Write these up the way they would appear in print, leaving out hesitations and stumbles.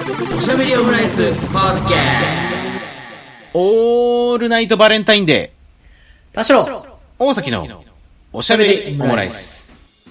おしゃべりオムライスポッドキャスト。 オールナイトバレンタインデー。 田代大崎のおしゃべりオムライス。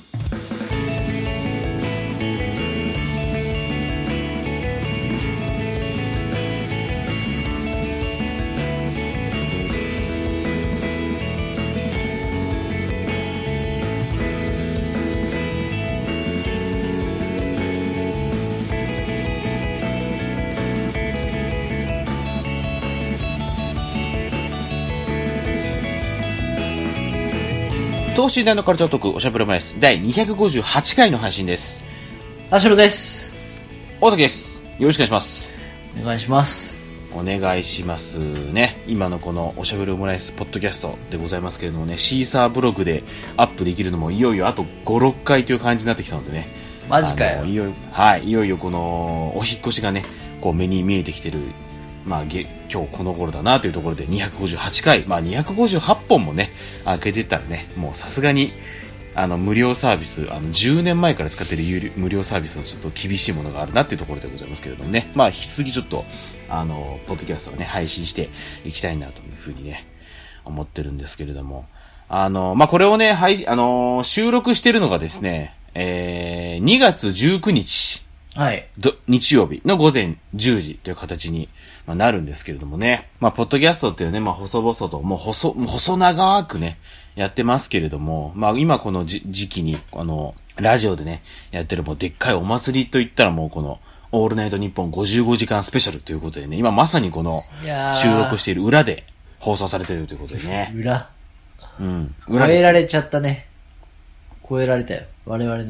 等身大のカルチャートークおしゃべりオムライス第258回の配信です。 田代です。 大崎です。よろしくお願いします。 お願いします。 お願いしますね。今のこのおしゃべりオムライスポッドキャストでございますけれどもね、シーサーブログでアップできるのもいよいよあと5、6回という感じになってきたのでね。 マジかよ。 いよいよこのお引っ越しがね、こう目に見えてきてる。まあ、今日この頃だなというところで258回、まあ258本もね、開けてったらね、もうさすがに、無料サービス、10年前から使ってる無料サービスのちょっと厳しいものがあるなっていうところでございますけれどもね。まあ、引き続きちょっと、ポッドキャストをね、配信していきたいなというふうにね、思ってるんですけれども。まあ、これをね、収録してるのがですね、2月19日。 はい。 日曜日の午前10時という形になるんですけれどもね。まあ、ポッドキャストっていうね、まあ、細々と、もう細長くね、やってますけれども、まあ、今この時期に、ラジオでね、やってるもうでっかいお祭りといったらもうこの、オールナイトニッポン55時間スペシャルということでね、今まさにこの、収録している裏で放送されているということでね。 裏。 うん。 超えられちゃったね。超えられたよ。我々の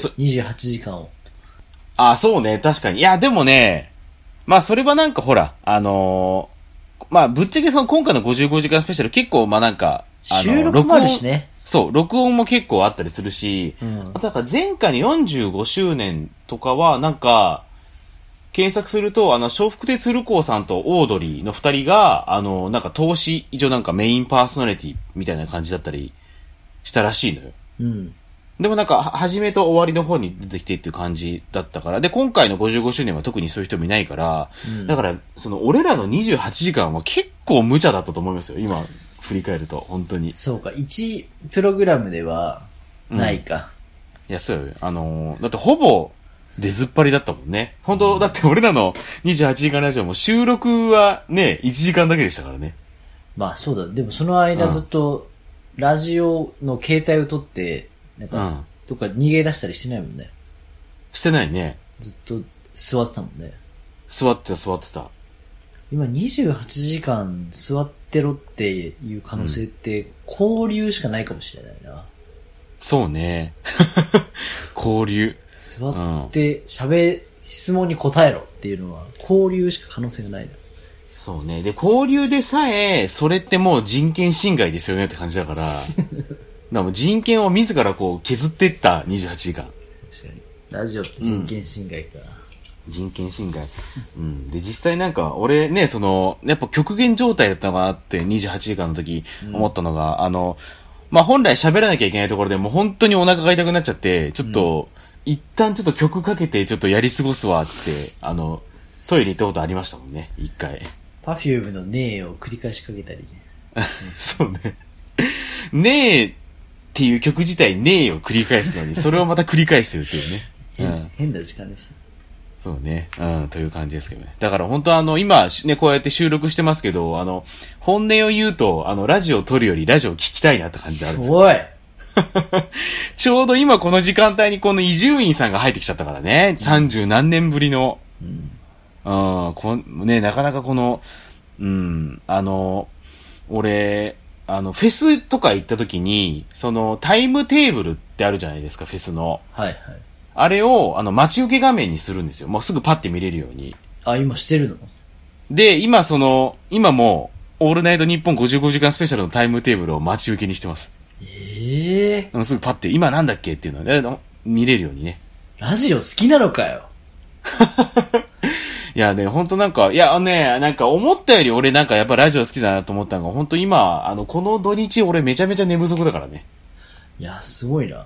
28時間を。 あ、そうね、確かに。いや、でもね、まあ、それはなんかほら、まあ、ぶっちゃけその今回の55時間スペシャル結構、まあなんか、 収録もあるしね。 そう、録音も結構あったりするし、あとなんか前回の45周年とかは、なんか、検索すると、笑福亭鶴光さんとオードリーの二人が、なんか投資、一応なんかメインパーソナリティみたいな感じだったりしたらしいのよ。 うん。 でもなんか、始めと終わりの方に出てきてっていう感じだったから。で、今回の55周年は特にそういう人もいないから、だから、俺らの28時間は結構無茶だったと思いますよ。今、振り返ると、本当に。 そうか、1プログラムではないか。 いや、そうよ。だってほぼ、出ずっぱりだったもんね。本当、だって俺らの28時間ラジオも収録はね、1時間だけでしたからね。 まあそうだ。でもその間ずっと、ラジオの携帯を取って、なんか、どっか逃げ出したりしてないもんね。 してないね。 ずっと座ってたもんね。 座ってた。 今28時間座ってろっていう可能性って、交流しかないかもしれないな。 そうね。交流。 座って質問に答えろっていうのは、交流しか可能性がないな。 そうね。で、交流でさえ、それってもう人権侵害ですよねって感じだから、もう人権を自らこう削っていった28時間。 確かに。ラジオって人権侵害か。 人権侵害。うん。で、実際なんか、俺ね、やっぱ極限状態だったのかなって28時間の時思ったのが、まあ、本来喋らなきゃいけないところでもう本当にお腹が痛くなっちゃって、ちょっと、一旦ちょっと曲かけてちょっとやり過ごすわ、つって、トイレ行ったことありましたもんね、一回。 Perfume のねえを繰り返しかけたりね。 そうね。ねえっていう曲自体ねえを繰り返すのに、それをまた繰り返してるっていうね。 変な時間でした。 そうね。という感じですけどね。だから本当今、ね、こうやって収録してますけど、本音を言うと、ラジオを撮るよりラジオを聞きたいなって感じであるんですよ。 おいちょうど今この時間帯にこの伊集院さんが入ってきちゃったからね。30何年ぶりの。ね、なかなかこの、俺、フェスとか行った時に、タイムテーブルってあるじゃないですか、フェスの。 はいはい。 あれを、待ち受け画面にするんですよ。もうすぐパッて見れるように。 あ、今してるの？ で、今も、オールナイトニッポン55時間スペシャルのタイムテーブルを待ち受けにしてます。すぐパッて、今なんだっけっていうので、見れるようにね。 ラジオ好きなのかよ。 いやね、ほんとなんか、なんか思ったより俺なんかやっぱラジオ好きだなと思ったのが、ほんと今、この土日俺めちゃめちゃ寝不足だからね。 いや、すごいな。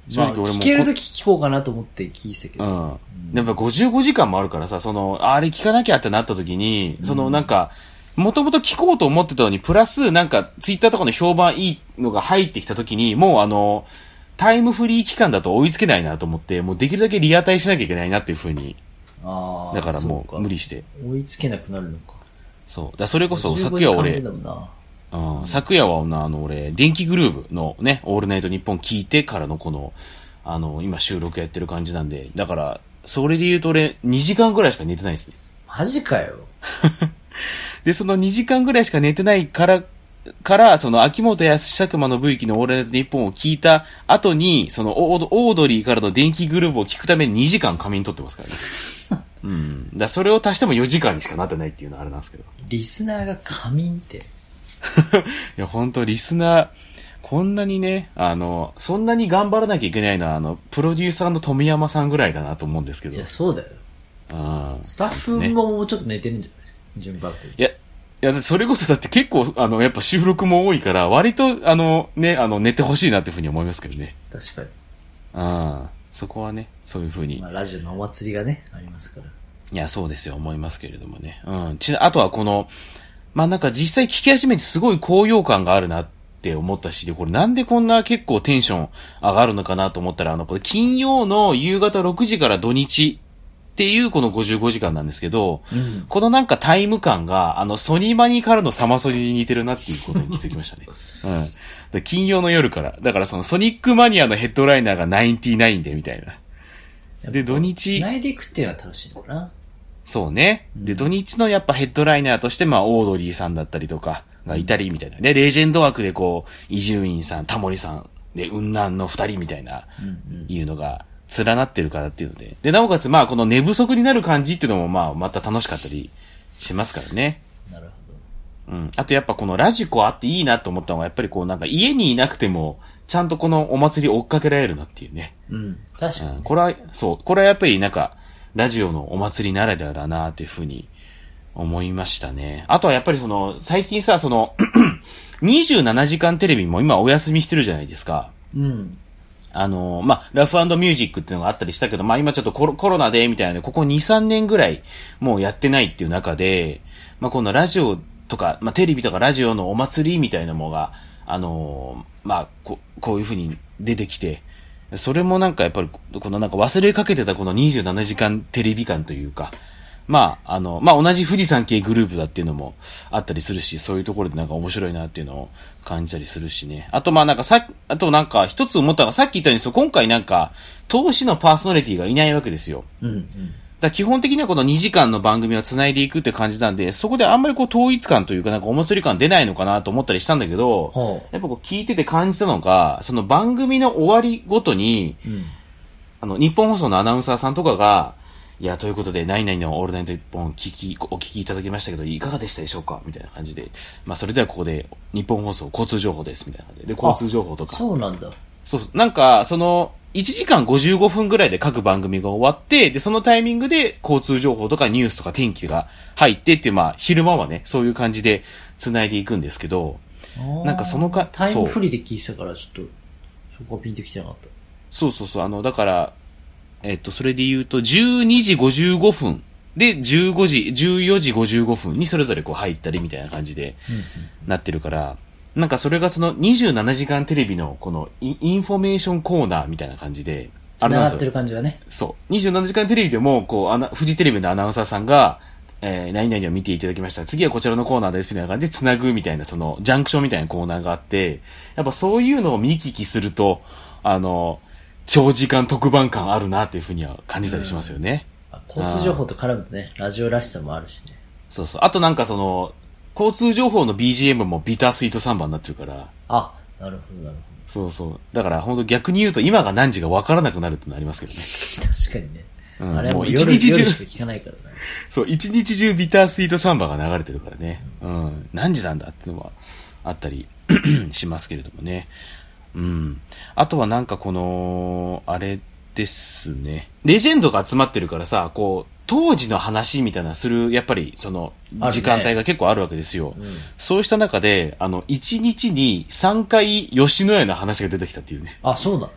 正直俺も。聞けるとき聞こうかなと思って聞いてたけど。 やっぱ55時間もあるからさ、あれ聞かなきゃってなった時に、なんか、もともと聞こうと思ってたのに、プラス、なんか、ツイッターとかの評判いいのが入ってきた時に、もうタイムフリー期間だと追いつけないなと思って、もうできるだけリアタイしなきゃいけないなっていう風に。だからもう無理して。 追いつけなくなるのか。 そう。それこそ昨夜俺、昨夜は俺、電気グルーヴのね、オールナイトニッポン聞いてからのこの、今収録やってる感じなんで、だから、それで言うと俺、2時間ぐらいしか寝てないですね。 マジかよ。 で、その2時間ぐらいしか寝てないから、秋元康佐久間信之のオールナイトニッポンを聞いた後に、オードリーからの電気グルーヴを聞くために2時間仮眠取ってますからね。それを足しても4時間にしかなってないっていうのはあれなんですけど。 リスナーが仮眠って。いや、ほんと、リスナー、こんなにね、そんなに頑張らなきゃいけないのは、プロデューサーの富山さんぐらいだなと思うんですけど。 いや、そうだよ。スタッフももうちょっと寝てるんじゃない順番。 いや、それこそだって結構、やっぱ収録も多いから、割と、寝てほしいなっていうふうに思いますけどね。 確かに。 そこはね、そういうふうに。 まあ、ラジオのお祭りがね、ありますから。 いや、そうですよ、思いますけれどもね。あとはなんか実際聞き始めてすごい高揚感があるなって思ったし、で、これなんでこんな結構テンション上がるのかなと思ったら、これ金曜の夕方6時から土日っていうこの55時間なんですけど、このなんかタイム感が、ソニーマニーからのサマソニに似てるなっていうことに気づきましたね。で金曜の夜から。だからソニックマニアのヘッドライナーが99でみたいな。で、土日。 繋いでいくっていうのが楽しいのかな。 そうね。で、土日のやっぱヘッドライナーとして、オードリーさんだったりとかがいたりみたいな。で、レジェンド枠で伊集院さん、タモリさん、で、雲南の二人みたいな、いうのが連なってるからっていうので。で、なおかつこの寝不足になる感じっていうのもまた楽しかったりしますからね。 なるほど。あとやっぱこのラジコあっていいなと思ったのが、やっぱりなんか家にいなくても、ちゃんとこのお祭り追っかけられるなっていうね。 確かに、 これはやっぱりなんか、ラジオのお祭りならではだなっていうふうに思いましたね。あとはやっぱり最近さ、27時間テレビも今お休みしてるじゃないですか。ラフ&ミュージックっていうのがあったりしたけど、今ちょっとコロナでみたいなので、ここ2、3年ぐらいもうやってないっていう中で、このラジオとか、テレビとかラジオのお祭りみたいなものが、こういうふうに出てきて、それもなんかやっぱり、このなんか忘れかけてたこの27時間テレビ感というか、同じ富士山系グループだっていうのもあったりするし、そういうところでなんか面白いなっていうのを感じたりするしね。あとあとなんか一つ思ったのが、さっき言ったように今回なんか、投資のパーソナリティがいないわけですよ。だ基本的にはこの2時間の番組を繋いでいくって感じなんで、そこであんまり統一感というかなんかお祭り感出ないのかなと思ったりしたんだけど、やっぱ聞いてて感じたのが、その番組の終わりごとに、日本放送のアナウンサーさんとかが、いや、ということで、何々のオールナイトニッポンお聞きいただきましたけど、いかがでしたでしょうかみたいな感じで。それではここで、日本放送交通情報です。みたいな感じで。交通情報とか。 そうなんだ。 そう、なんか、1時間55分ぐらいで各番組が終わって、で、そのタイミングで交通情報とかニュースとか天気が入ってっていう、昼間はね、そういう感じで繋いでいくんですけど、なんかタイムフリーで聞いてたから、ちょっと、そこはピンときてなかった。 そう、だから、それで言うと、12時55分で、14時55分にそれぞれ入ったりみたいな感じで、なってるから、なんかそれが27時間テレビのこのインフォメーションコーナーみたいな感じで、 繋がってる感じがね。 そう。27時間テレビでも、フジテレビのアナウンサーさんが、何々を見ていただきました。次はこちらのコーナーです。みたいな感じで繋ぐみたいな、ジャンクションみたいなコーナーがあって、やっぱそういうのを見聞きすると、長時間特番感あるなっていうふうには感じたりしますよね。 交通情報と絡むとね、ラジオらしさもあるしね。 そう。あとなんか交通情報の BGM もビタースイートサンバになってるから。 なるほそど。 う。だから本当逆に言うと今が何時か分からなくなるってのありますけどね。 確かにね。あれはもう夜しか聞かないからね。 そう、一日中ビタースイートサンバが流れてるからね。何時なんだっていうのはあったりしますけれどもね。あとはなんかあれですね。レジェンドが集まってるからさ、当時の話みたいなする、やっぱり、時間帯が結構あるわけですよ。そうした中で、1日に3回吉野家の話が出てきたっていうね。 そうだ。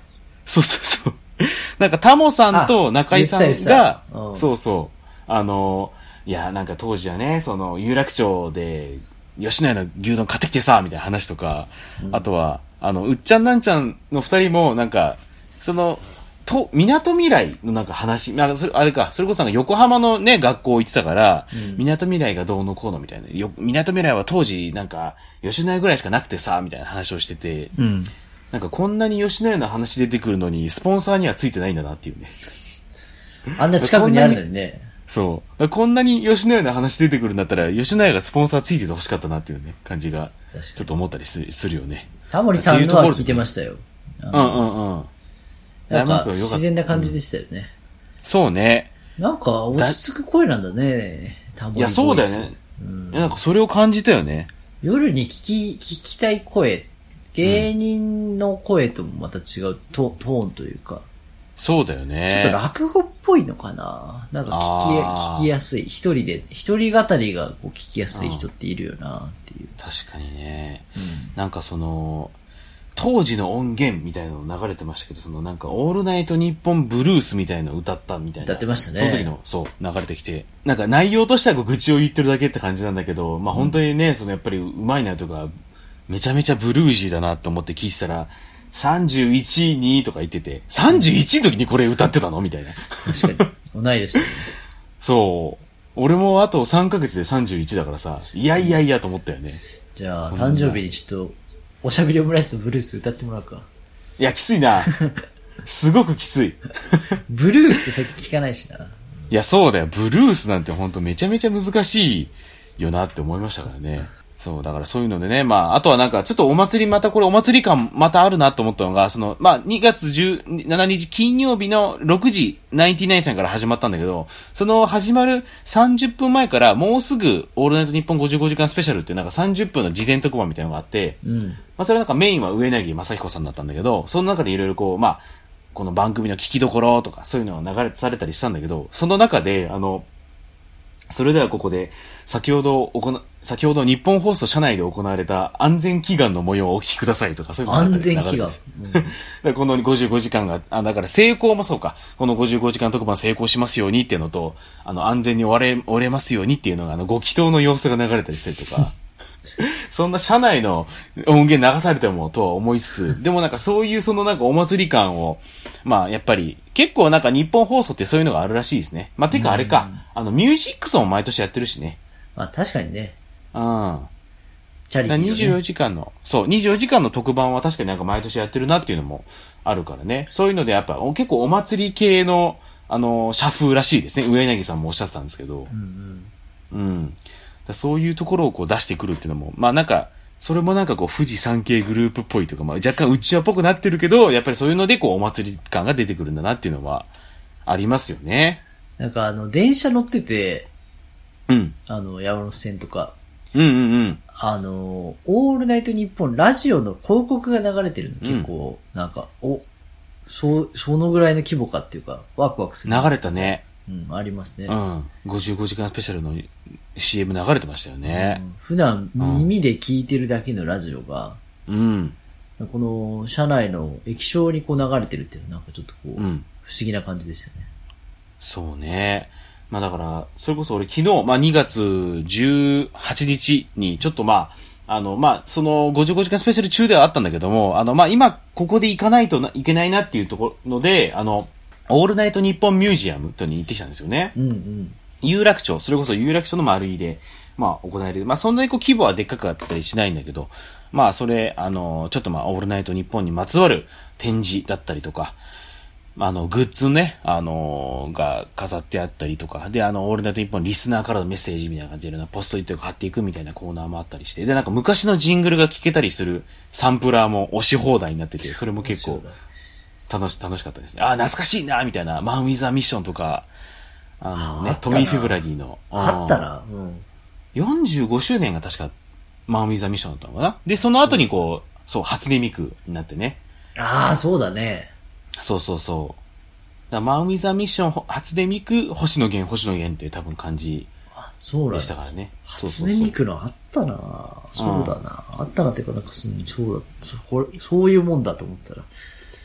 そうそうそう。なんかタモさんと中井さんが、そうそう。いや、なんか当時はね、その、有楽町で、吉野家の牛丼買ってきてさ、みたいな話とか、あとは、うっちゃんなんちゃんの二人も、なんか、その、港未来のなんか話、あれか、それこそなんか横浜のね、学校行ってたから、港未来がどうのこうのみたいな。港未来は当時、なんか、吉野家ぐらいしかなくてさ、みたいな話をしてて、なんかこんなに吉野家の話出てくるのに、スポンサーにはついてないんだなっていうね。 あんな近くにあるのにね。 そう。こんなに吉野家の話出てくるんだったら、吉野家がスポンサーついててほしかったなっていうね、感じが、ちょっと思ったりするよね。 タモリさんのは聞いてましたよ。 うん。 なんか、自然な感じでしたよね。 そうね。 なんか、落ち着く声なんだね、タモリ。 いや、そうだよね。なんかそれを感じたよね。 夜に聞きたい声、芸人の声ともまた違うトーンというか。 そうだよね。 ちょっと落語っぽいのかな。なんか聞きやすい。一人語りがこう聞きやすい人っているよなっていう。 確かにね。なんかその、当時の音源みたいなの流れてましたけど、そのなんかオールナイトニッポンブルースみたいなの歌ったみたいな。 歌ってましたね。 その時の、そう、流れてきて。なんか内容としては愚痴を言ってるだけって感じなんだけど、まあ本当にね、そのやっぱり上手いなとか、めちゃめちゃブルージーだなと思って聞いてたら、31、2とか言ってて、31の時にこれ歌ってたのみたいな。 確かに。同いですよね。 そう。俺もあと3ヶ月で31だからさ、いやと思ったよね。 じゃあ、誕生日にちょっと、おしゃべりオムライスとブルース歌ってもらうか。 いや、きついな。すごくきつい。 ブルースってさっき聞かないしな。 いや、そうだよ。ブルースなんてほんとめちゃめちゃ難しいよなって思いましたからね。そう、だからそういうのでね、まあ、あとはなんか、ちょっとお祭り感またあるなと思ったのが、その、まあ、2月17日金曜日の6時、ナインティナインさんから始まったんだけど、その始まる30分前から、もうすぐ、オールナイトニッポン55時間スペシャルっていうなんか30分の事前特番みたいなのがあって、まあ、それなんかメインは上柳正彦さんだったんだけど、その中でいろいろこう、まあ、この番組の聞きどころとか、そういうのが流れされたりしたんだけど、その中で、それではここで、先ほど日本放送社内で行われた安全祈願の模様をお聞きくださいとか、そういうのがあったり。 安全祈願。 この55時間が、だから成功もそうか、この55時間特番成功しますようにっていうのと、安全に終われますようにっていうのが、ご祈祷の様子が流れたりしたりとか、そんな社内の音源流されてもとは思いつつ、でもなんかそういうそのなんかお祭り感を、まあやっぱり結構なんか日本放送ってそういうのがあるらしいですね。まあてかあれか、ミュージックソンも毎年やってるしね。 まあ確かにね。 うん。 チャリティー、ね。 24時間の、そう、24時間の特番は確かになんか毎年やってるなっていうのもあるからね。そういうのでやっぱ結構お祭り系の、社風らしいですね。上柳さんもおっしゃってたんですけど。そういうところをこう出してくるっていうのも、まあなんか、それもなんかこう富士山系グループっぽいというか、まあ若干うちわっぽくなってるけど、やっぱりそういうのでこうお祭り感が出てくるんだなっていうのはありますよね。 なんか電車乗ってて、山手線とか、オールナイトニッポンラジオの広告が流れてるの、結構、なんか、そのぐらいの規模かっていうか、ワクワクする。 流れたね。 ありますね。 55時間スペシャルの CM 流れてましたよね。 普段耳で聞いてるだけのラジオが、この車内の液晶にこう流れてるっていうのはなんかちょっとこう、不思議な感じでしたね。 そうね。まあだから、それこそ俺昨日、まあ2月18日にちょっとまあ、その55時間スペシャル中ではあったんだけども、まあ今ここで行かないといけないなっていうところので、オールナイトニッポンミュージアムとに行ってきたんですよね。有楽町、それこそ有楽町の丸井で、まあ行われる。まあそんなにこう規模はでっかくあったりしないんだけど、まあそれ、ちょっとまあオールナイトニッポンにまつわる展示だったりとか、グッズね、が飾ってあったりとか、で、オールナイトニッポンリスナーからのメッセージみたいな感じで、ポストイットが貼っていくみたいなコーナーもあったりして、で、なんか昔のジングルが聴けたりするサンプラーも押し放題になってて、それも結構楽しかったですね。懐かしいなみたいな、マン・ウィザ・ミッションとか、トミー・フェブラリーの。 あったな。 45周年が確か、マン・ウィザ・ミッションだったのかな。で、その後にこう、そう、初音ミクになってね。 そうだね。 そう。マン・ウィザ・ミッション、初音ミク、星野源って多分感じでしたからね。 初音ミクのあったな。そうだな。あったなっていうか、なんかそういうもんだと思ったら。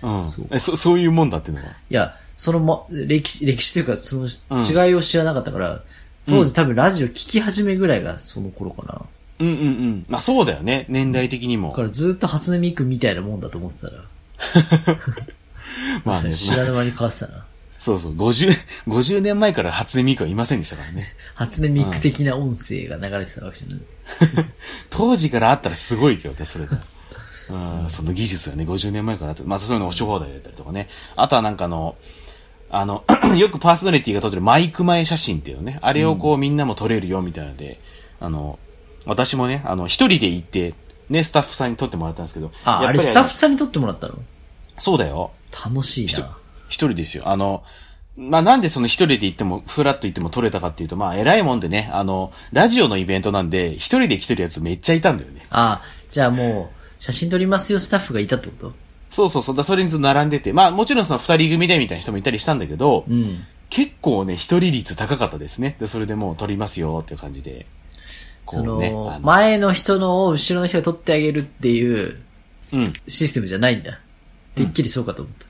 うん。そういうもんだっていうのは。いや、その歴史というか、その違いを知らなかったから、当時多分ラジオ聞き始めぐらいがその頃かな。 うんうんうん。まあそうだよね。年代的にも。 だからずっと初音ミクみたいなもんだと思ってたら。まあね。知らぬ間に変わってたな。 そうそう。50年前から初音ミクはいませんでしたからね。 初音ミク的な音声が流れてたわけじゃない。 当時からあったらすごいけどね、それが。その技術がね、50年前からあって、まずそういうのをし放題だったりとかね。あとはなんかよくパーソナリティが撮ってるマイク前写真っていうのね、あれをこうみんなも撮れるよみたいなので、私もね、一人で行って、ね、スタッフさんに撮ってもらったんですけど。 あれスタッフさんに撮ってもらったの？ そうだよ。 楽しいな。 一人ですよ。まあ、なんでその一人で行っても、フラッと行っても撮れたかっていうと、まあ、偉いもんでね、ラジオのイベントなんで、一人で来てるやつめっちゃいたんだよね。 じゃあもう、写真撮りますよスタッフがいたってこと？ そう。それにずっと並んでて、まあ、もちろんその二人組でみたいな人もいたりしたんだけど、結構ね、一人率高かったですね。で、それでもう撮りますよっていう感じで。 前の人のを後ろの人が撮ってあげるっていう、システムじゃないんだ。てっきりそうかと思った。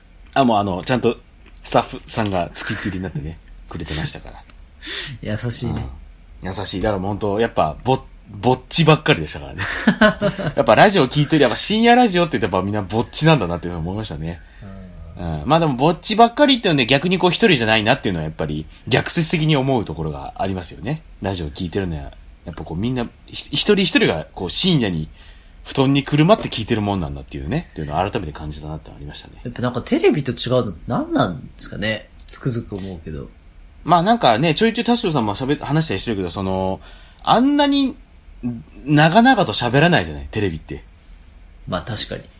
もうちゃんと、スタッフさんが付きっきりになってね、くれてましたから。 優しいね。 優しい。だから本当やっぱ、ぼっちばっかりでしたからね。やっぱラジオ聞いてる、やっぱ深夜ラジオって言ってやっぱみんなぼっちなんだなっていうふうに思いましたね。まあでもぼっちばっかりっていうので逆にこう一人じゃないなっていうのはやっぱり逆説的に思うところがありますよね。ラジオ聞いてるのは、やっぱこうみんな、一人一人がこう深夜に布団にくるまって聞いてるもんなんだっていうね、っていうのを改めて感じたなってありましたね。 やっぱなんかテレビと違うの何なんですかね。つくづく思うけど。 まあなんかね、ちょいちょい田代さんも話したりしてるけど、あんなに長々と喋らないじゃない、テレビって。 まあ確かに。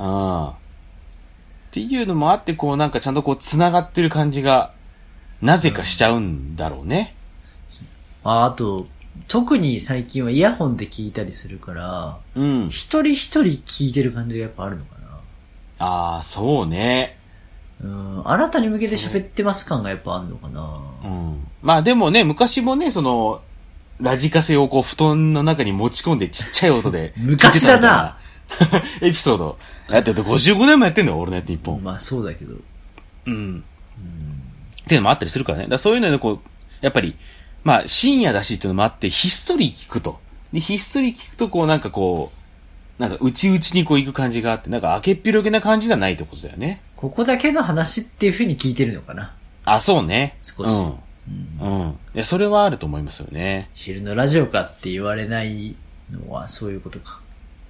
っていうのもあって、こうなんかちゃんとこう繋がってる感じが、なぜかしちゃうんだろうね。 あと、特に最近はイヤホンで聞いたりするから、一人一人聞いてる感じがやっぱあるのかな。そうね。 あなたに向けて喋ってます感がやっぱあるのかな。 まあでもね、昔もね、ラジカセをこう布団の中に持ち込んでちっちゃい音で昔だなエピソード。だって55年もやってんだよ、オールナイトニッポン。 まあそうだけど。 っていうのもあったりするからね。だからそういうのでこう、やっぱり、まあ深夜だしっていうのもあって、ひっそり聞くと。で、ひっそり聞くとこうなんか内々にこう行く感じがあって、なんか明けっぴろげな感じじゃないってことだよね。 ここだけの話っていう風に聞いてるのかな。 そうね。 少し。 いや、それはあると思いますよね。 昼のラジオかって言われないのはそういうことか。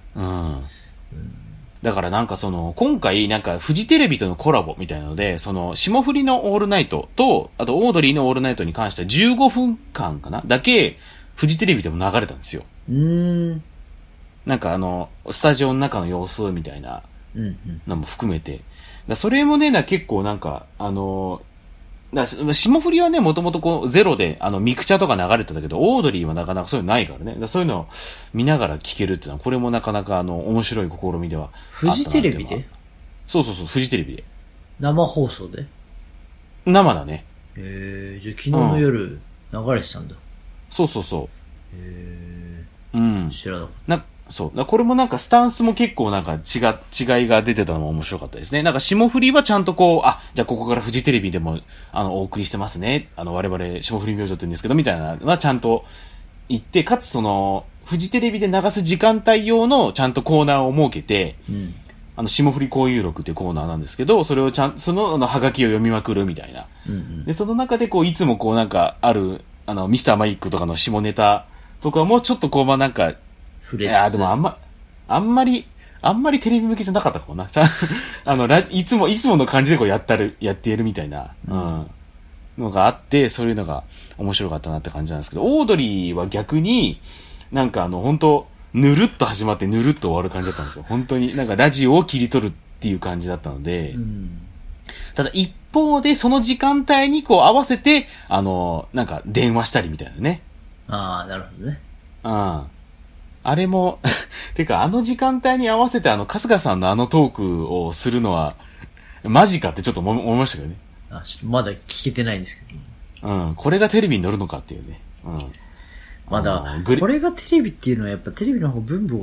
だからなんか今回なんかフジテレビとのコラボみたいなので、霜降りのオールナイトと、あとオードリーのオールナイトに関しては15分間かなだけ、フジテレビでも流れたんですよ。なんかスタジオの中の様子みたいなのも含めて。それもね、結構なんか、霜降りはね、もともとこう、ゼロで、ミクチャとか流れてたけど、オードリーはなかなかそういうのないからね。そういうのを見ながら聞けるっていうのは、これもなかなか面白い試みではあったな。 フジテレビで？ そう、フジテレビで。 生放送で？ 生だね。 じゃあ昨日の夜、流れてたんだ。 そう。 知らなかった。 これもなんかスタンスも結構なんか違いが出てたのも面白かったですね。なんか霜降りはちゃんとこう、じゃあここからフジテレビでも、お送りしてますね。我々霜降り明星って言うんですけど、みたいなのはちゃんと言って、かつフジテレビで流す時間帯用のちゃんとコーナーを設けて、霜降り交友録っていうコーナーなんですけど、それをハガキを読みまくるみたいな。で、その中でこう、いつもこうなんかある、ミスターマイクとかの下ネタとかもちょっとこう、なんか、でもあんまりテレビ向けじゃなかったかもな。いつもの感じでこうやってやるみたいな、のがあって、そういうのが面白かったなって感じなんですけど、オードリーは逆に、なんか本当ぬるっと始まってぬるっと終わる感じだったんですよ。本当になんかラジオを切り取るっていう感じだったので、ただ一方でその時間帯にこう合わせて、なんか電話したりみたいなね。 なるほどね。 あれも、てか時間帯に合わせて春日さんのトークをするのは、マジかってちょっと思いましたけどね。 まだ聞けてないんですけど。これがテレビに乗るのかっていうね。 まだ、これがテレビっていうのはやっぱテレビの方が分母が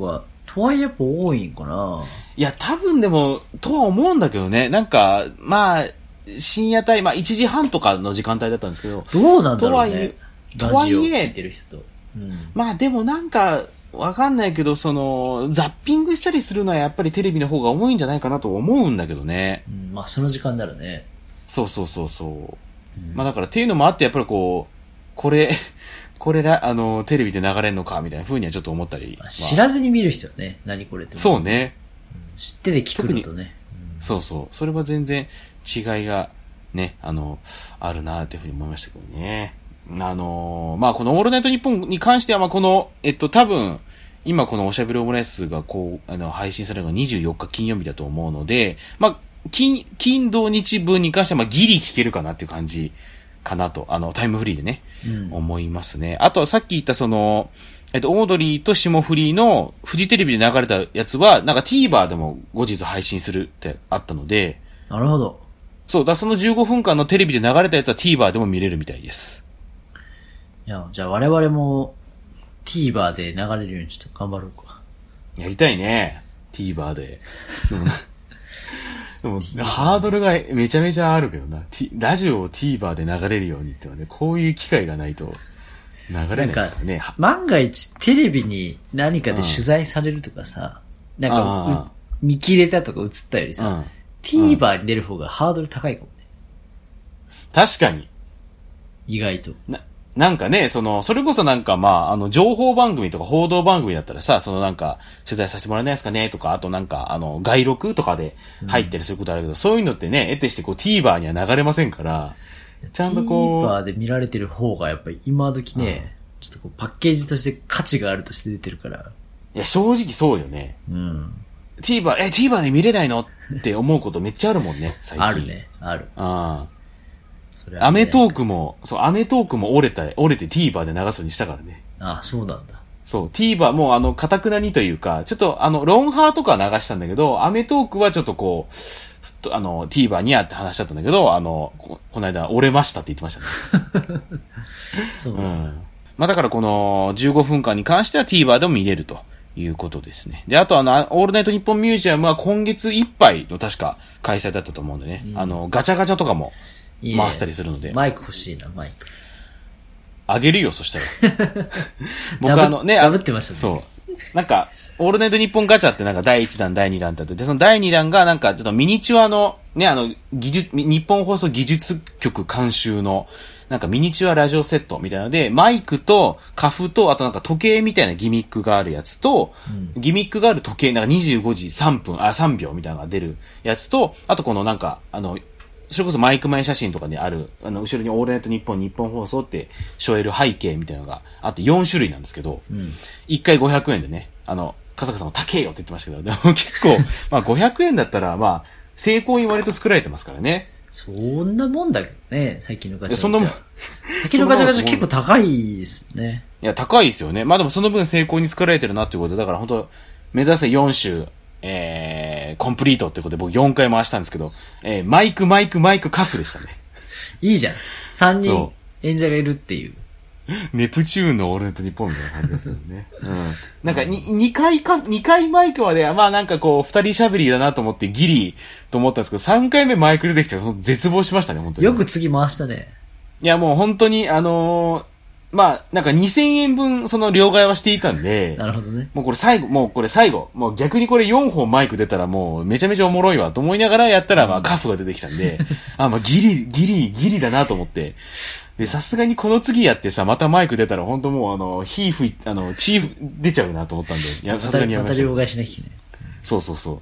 とはいえやっぱ多いんかな。 いや、多分でも、とは思うんだけどね。なんか、まあ、深夜帯、まあ1時半とかの時間帯だったんですけど。 どうなんだろうね。 とはいえ、 聞いてる人と。 まあでもなんか、わかんないけど、ザッピングしたりするのはやっぱりテレビの方が重いんじゃないかなと思うんだけどね。 まあその時間だろうね。 そう。まあだからっていうのもあって、やっぱりこれテレビで流れんのかみたいな風にはちょっと思ったり。 知らずに見る人はね、何これって。 そうね。 知ってて聞くのとね。 そう。それは全然違いがね、あるなっていう風に思いましたけどね。まあこのオールナイトニッポンに関しては、まあこの、多分、今このおしゃべりオムライスが配信されるのが24日金曜日だと思うので、まあ、金土日分に関しては、まあギリ聞けるかなっていう感じかなと、タイムフリーでね、思いますね。あとはさっき言ったオードリーと霜降りのフジテレビで流れたやつは、なんか TVer でも後日配信するってあったので。 なるほど。 そう、その15分間のテレビで流れたやつは TVer でも見れるみたいです。 いや、じゃあ我々も TVer で流れるようにちょっと頑張ろうか。 やりたいね。TVer で。でもハードルがめちゃめちゃあるけどな。ラジオを TVer で流れるようにってはね、こういう機会がないと流れないですからね。 万が一テレビに何かで取材されるとかさ、なんか見切れたとか映ったよりさ、TVer に出る方がハードル高いかもね。 確かに。 意外と。 なんかね、それこそなんかまあ、情報番組とか報道番組だったらさ、なんか、取材させてもらえないですかねとか、あとなんか、外録とかで入ったりすることあるけど、そういうのってね、得てしてTVer には流れませんから、ちゃんと TVer で見られてる方がやっぱり今時ね、ちょっとパッケージとして価値があるとして出てるから。 いや、正直そうよね。TVer で見れないのって思うことめっちゃあるもんね、最近。 あるね、ある。 アメトークも折れて TVer で流すようにしたからね。 あ、そうなんだ。 そう、TVer もう堅くなにというか、ちょっとロンハーとかは流したんだけど、アメトークはちょっとTVer にゃって話しちゃったんだけど、この間折れましたって言ってましたね。 そうなんだ。 まあだからこの15分間に関しては TVer でも見れるということですね。で、あとオールナイトニッポンミュージアムは今月いっぱいの確か開催だったと思うんでね。ガチャガチャとかも回したりするので。 マイク欲しいな、マイク。 あげるよ、そしたら。僕ダブってましたね。 そう。なんか、オールナイトニッポンガチャってなんか第1弾、第2弾ってあって、で、その第2弾がなんかちょっとミニチュアの、ね、日本放送技術局監修の、なんかミニチュアラジオセットみたいなので、マイクとカフと、あとなんか時計みたいなギミックがあるやつと、ギミックがある時計、なんか25時3秒みたいなのが出るやつと、あとこのなんか、それこそマイク前写真とかにある、後ろにオールナイトニッポン日本放送って背負える背景みたいなのがあって4種類なんですけど、1回500円でね、笠香さんも高えよって言ってましたけど、でも結構、まあ500円だったら、まあ、成功に割と作られてますからね。 そんなもんだけどね、最近のガチャガチャ。最近のガチャガチャ結構高いですよね。 いや、高いですよね。まあでもその分成功に作られてるなっていうことで、だから本当目指せ4種、コンプリートってことで僕4回回したんですけど、マイクカフでしたね。 いいじゃん。3人演者がいるっていう。 ネプチューンのオールナイトニッポンみたいな感じですよね。なんか2回マイクまではまあなんかこう2人喋りだなと思ってギリと思ったんですけど、3回目マイク出てきたら絶望しましたね、本当に。 よく次回したね。 いやもう本当にまあ、なんか2000円分その両替はしていたんで。 なるほどね。 もうこれ最後。もう逆にこれ4本マイク出たらもうめちゃめちゃおもろいわと思いながらやったらまあカフが出てきたんで、まあギリだなと思って。で、さすがにこの次やってさ、またマイク出たら本当もう血出ちゃうなと思ったんで、さすがにやめました。 また両替しなきゃいけない。 そう。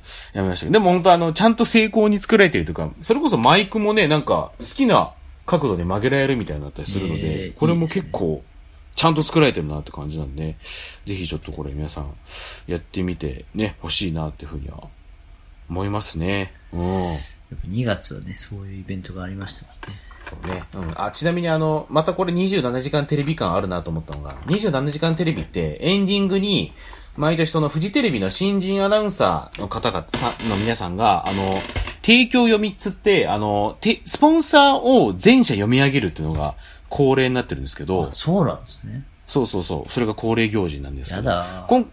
やめました。でも本当ちゃんと成功に作られてるとか、それこそマイクもね、なんか好きな角度で曲げられるみたいになったりするので、これも結構ちゃんと作られてるなって感じなんで、ぜひちょっとこれ皆さんやってみてね、欲しいなっていうふうには思いますね。やっぱ2月はね、そういうイベントがありましたもんね。 そうね。ちなみにまたこれ27時間テレビ感あるなと思ったのが、27時間テレビってエンディングに、毎年そのフジテレビの新人アナウンサーの方々の皆さんが、提供読みっつって、スポンサーを全社読み上げるっていうのが恒例になってるんですけど。 そうなんですね。 そう。それが恒例行事なんですけど。 やだ。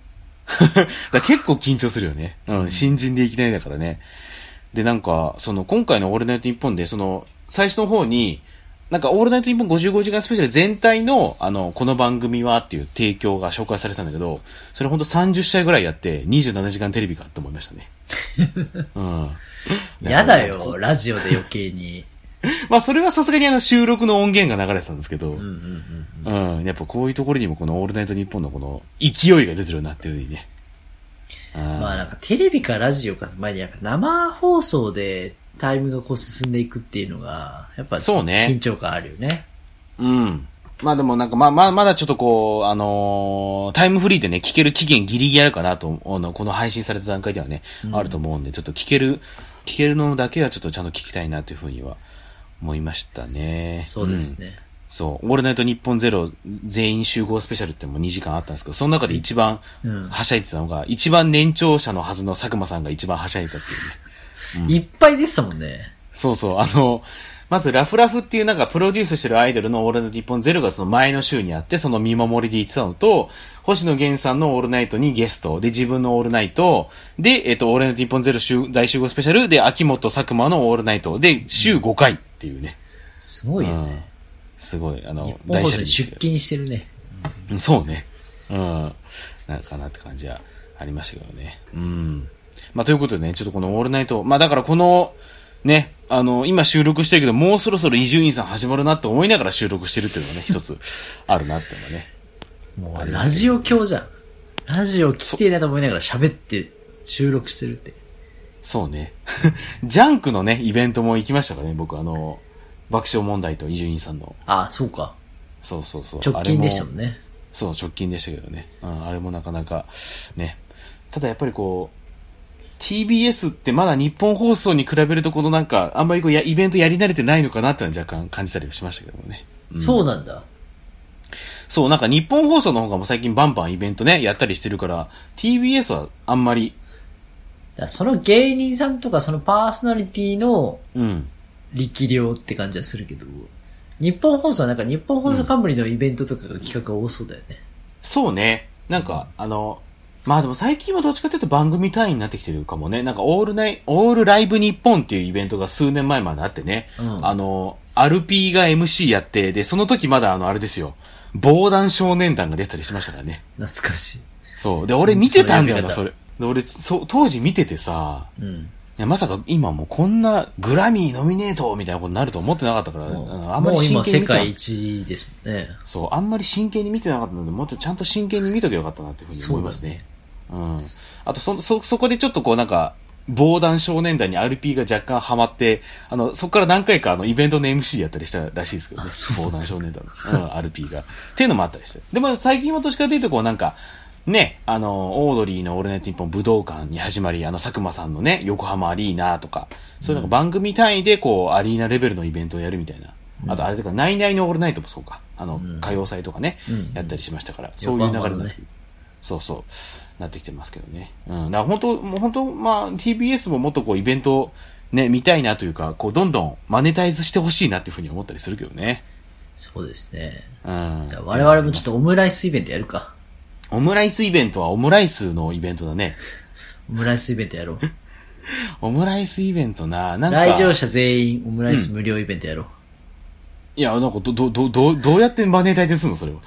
だ結構緊張するよね。うん、新人でいきなりだからね。で、なんか、今回のオールナイトニッポンで、最初の方に、なんか、オールナイトニッポン55時間スペシャル全体の、この番組はっていう提供が紹介されたんだけど、それほんと30試合ぐらいやって、27時間テレビかって思いましたね。うん。 やだよ、ラジオで余計に。 まあ、それはさすがに収録の音源が流れてたんですけど、やっぱこういうところにもこのオールナイトニッポンのこの勢いが出てるなっていうふうにね。 まあなんかテレビかラジオか前にやっぱ生放送でタイムがこう進んでいくっていうのが、やっぱそうね。 緊張感あるよね。 うん。まあでもなんかまだちょっとこう、タイムフリーでね、聞ける期限ギリギリあるかなと、この配信された段階ではね、あると思うんで、ちょっと聞けるのだけはちょっとちゃんと聞きたいなというふうには思いましたね。 そうですね。 そう、オールナイトニッポンゼロ全員集合スペシャルってもう2時間あったんですけど、その中で一番はしゃいでたのが、一番年長者のはずの佐久間さんが一番はしゃいでたっていうね。 いっぱいでしたもんね。 そうそう、まずラフラフっていうなんかプロデュースしてるアイドルのオールナイトニッポンゼロがその前の週にあって、その見守りで行ってたのと、星野源さんのオールナイトにゲスト、で自分のオールナイト、で、オールナイトニッポンゼロ大集合スペシャル、で、秋元佐久間のオールナイト、で、週5回っていうね。 すごいよね。 すごい、 日本放送に出勤してるね。 そうね。なんかなって感じはありましたけどね。まあ、ということでね、ちょっとこのオールナイト、まあ、だからこの、ね、今収録してるけど、もうそろそろ伊集院さん始まるなって思いながら収録してるっていうのがね、一つあるなっていうのはね。 もう、ラジオ教じゃん。ラジオ聞きてえなと思いながら喋って収録してるって。 そうね。ジャンクのね、イベントも行きましたからね、僕爆笑問題と伊集院さんの。 ああ、そうか。 そう。 直近でしたもんね。 そう、直近でしたけどね。あれもなかなか、ね。ただやっぱりこう、TBS ってまだ日本放送に比べるとこのなんか、あんまりこうイベントやり慣れてないのかなってのは若干感じたりしましたけどもね。 そうなんだ。 そう、なんか日本放送の方がもう最近バンバンイベントね、やったりしてるから、TBS はあんまり。 その芸人さんとかそのパーソナリティの、力量って感じはするけど、日本放送はなんか日本放送冠のイベントとかが企画が多そうだよね。 そうね。なんか、まあでも最近はどっちかというと番組単位になってきてるかもね。なんかオールライブ日本っていうイベントが数年前まであってね。アルピーが MC やって、で、その時まだあれですよ。防弾少年団が出たりしましたからね。 懐かしい。 そう。で、俺見てたんだよな、それ。で、俺、当時見ててさ、いや、まさか今もうこんなグラミーノミネートみたいなことになると思ってなかったから、 あんまり真剣に見てなかった。もう今世界一ですもんね。 そう、あんまり真剣に見てなかったので、もうちょっとちゃんと真剣に見とけばよかったなっていうふうに思いますね。あと、そこでちょっとこうなんか、防弾少年団に RP が若干ハマって、そこから何回かイベントの MC やったりしたらしいですけどね。防弾少年団の、RP が。っていうのもあったりして。でも最近はどっちかというとこうなんか、ね、オードリーのオールナイトニッポン武道館に始まり、佐久間さんのね、横浜アリーナとか、そういうなんか番組単位でこう、アリーナレベルのイベントをやるみたいな。あと、あれとか、ナイナイのオールナイトもそうか。歌謡祭とかね、やったりしましたから、そういう流れになって、そう、なってきてますけどね。だから本当、まあ、TBS ももっとこう、イベント、ね、見たいなというか、こう、どんどんマネタイズしてほしいなっていうふうに思ったりするけどね。 そうですね。我々もちょっとオムライスイベントやるか。 オムライスイベントはオムライスのイベントだね。 オムライスイベントやろう。 オムライスイベントなんか。 来場者全員オムライス無料イベントやろう。 いや、なんかどうやってマネタイズするのそれは。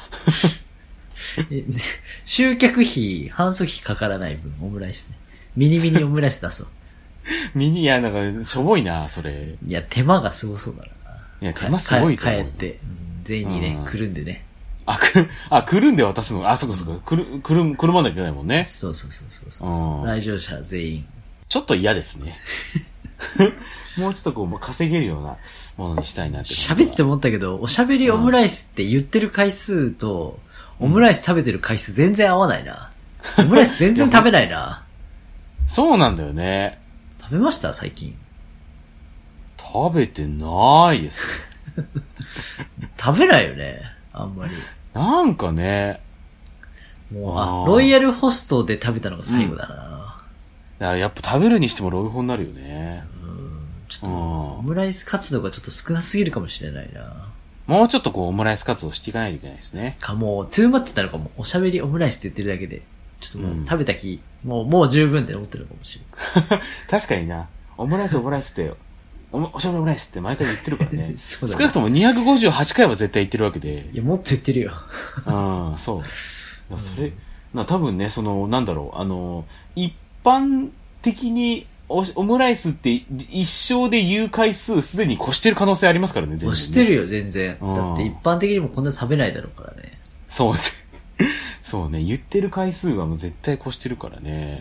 集客費、販送費かからない分、オムライスね。ミニオムライス出そう。 いや、なんか、しょぼいな、それ。 いや、手間がすごそうだな。 いや、手間すごいと思う。 帰って、全員にね、くるんでね。 くるんで渡すの。そっか。くるまなきゃいけないもんね。 そう。来場者全員。 ちょっと嫌ですね。もうちょっとこう、稼げるようなものにしたいなって。 喋って思ったけど、おしゃべりオムライスって言ってる回数と、オムライス食べてる回数全然合わないな。オムライス全然食べないな。 そうなんだよね。 食べました最近。 食べてないです。 食べないよね。あんまり。 なんかね。 もう、ロイヤルホストで食べたのが最後だな。やっぱ食べるにしてもロイホになるよね。 ちょっと、オムライス活動がちょっと少なすぎるかもしれないな。 もうちょっとこう、オムライス活動していかないといけないですね。 もう、トゥーマッチなのかも。おしゃべりオムライスって言ってるだけで。 ちょっともう食べた日、もう十分って思ってるかもしれない。 確かにな。オムライスっておしゃべりオムライスって毎回言ってるからね。 そうだね。 少なくとも258回は絶対言ってるわけで。 いや、もっと言ってるよ。 そう。それ、多分ね、なんだろう、一般的にオムライスって一生で言う回数すでに越してる可能性ありますからね、全然、ね。 越してるよ、全然。だって一般的にもこんな食べないだろうからね。 そう。そうね、言ってる回数はもう絶対越してるからね。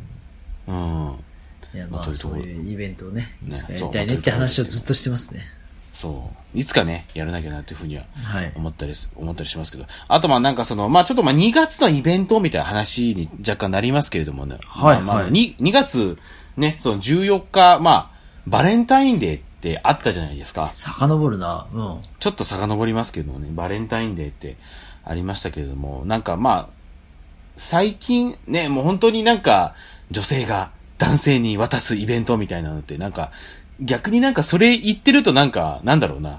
いや、まあ、そういうイベントをね、いつかやりたいねって話をずっとしてますね。 そう。いつかね、やらなきゃなっていうふうには思ったりしますけど。あとなんかちょっと2月のイベントみたいな話に若干なりますけれどもね。 はい。 2月ね、14日、バレンタインデーってあったじゃないですか。 遡るな。 ちょっと遡りますけどね、バレンタインデーってありましたけれども、なんか最近ね、もう本当になんか、女性が男性に渡すイベントみたいなのって、なんか、逆になんかそれ言ってるとなんか、なんだろうな、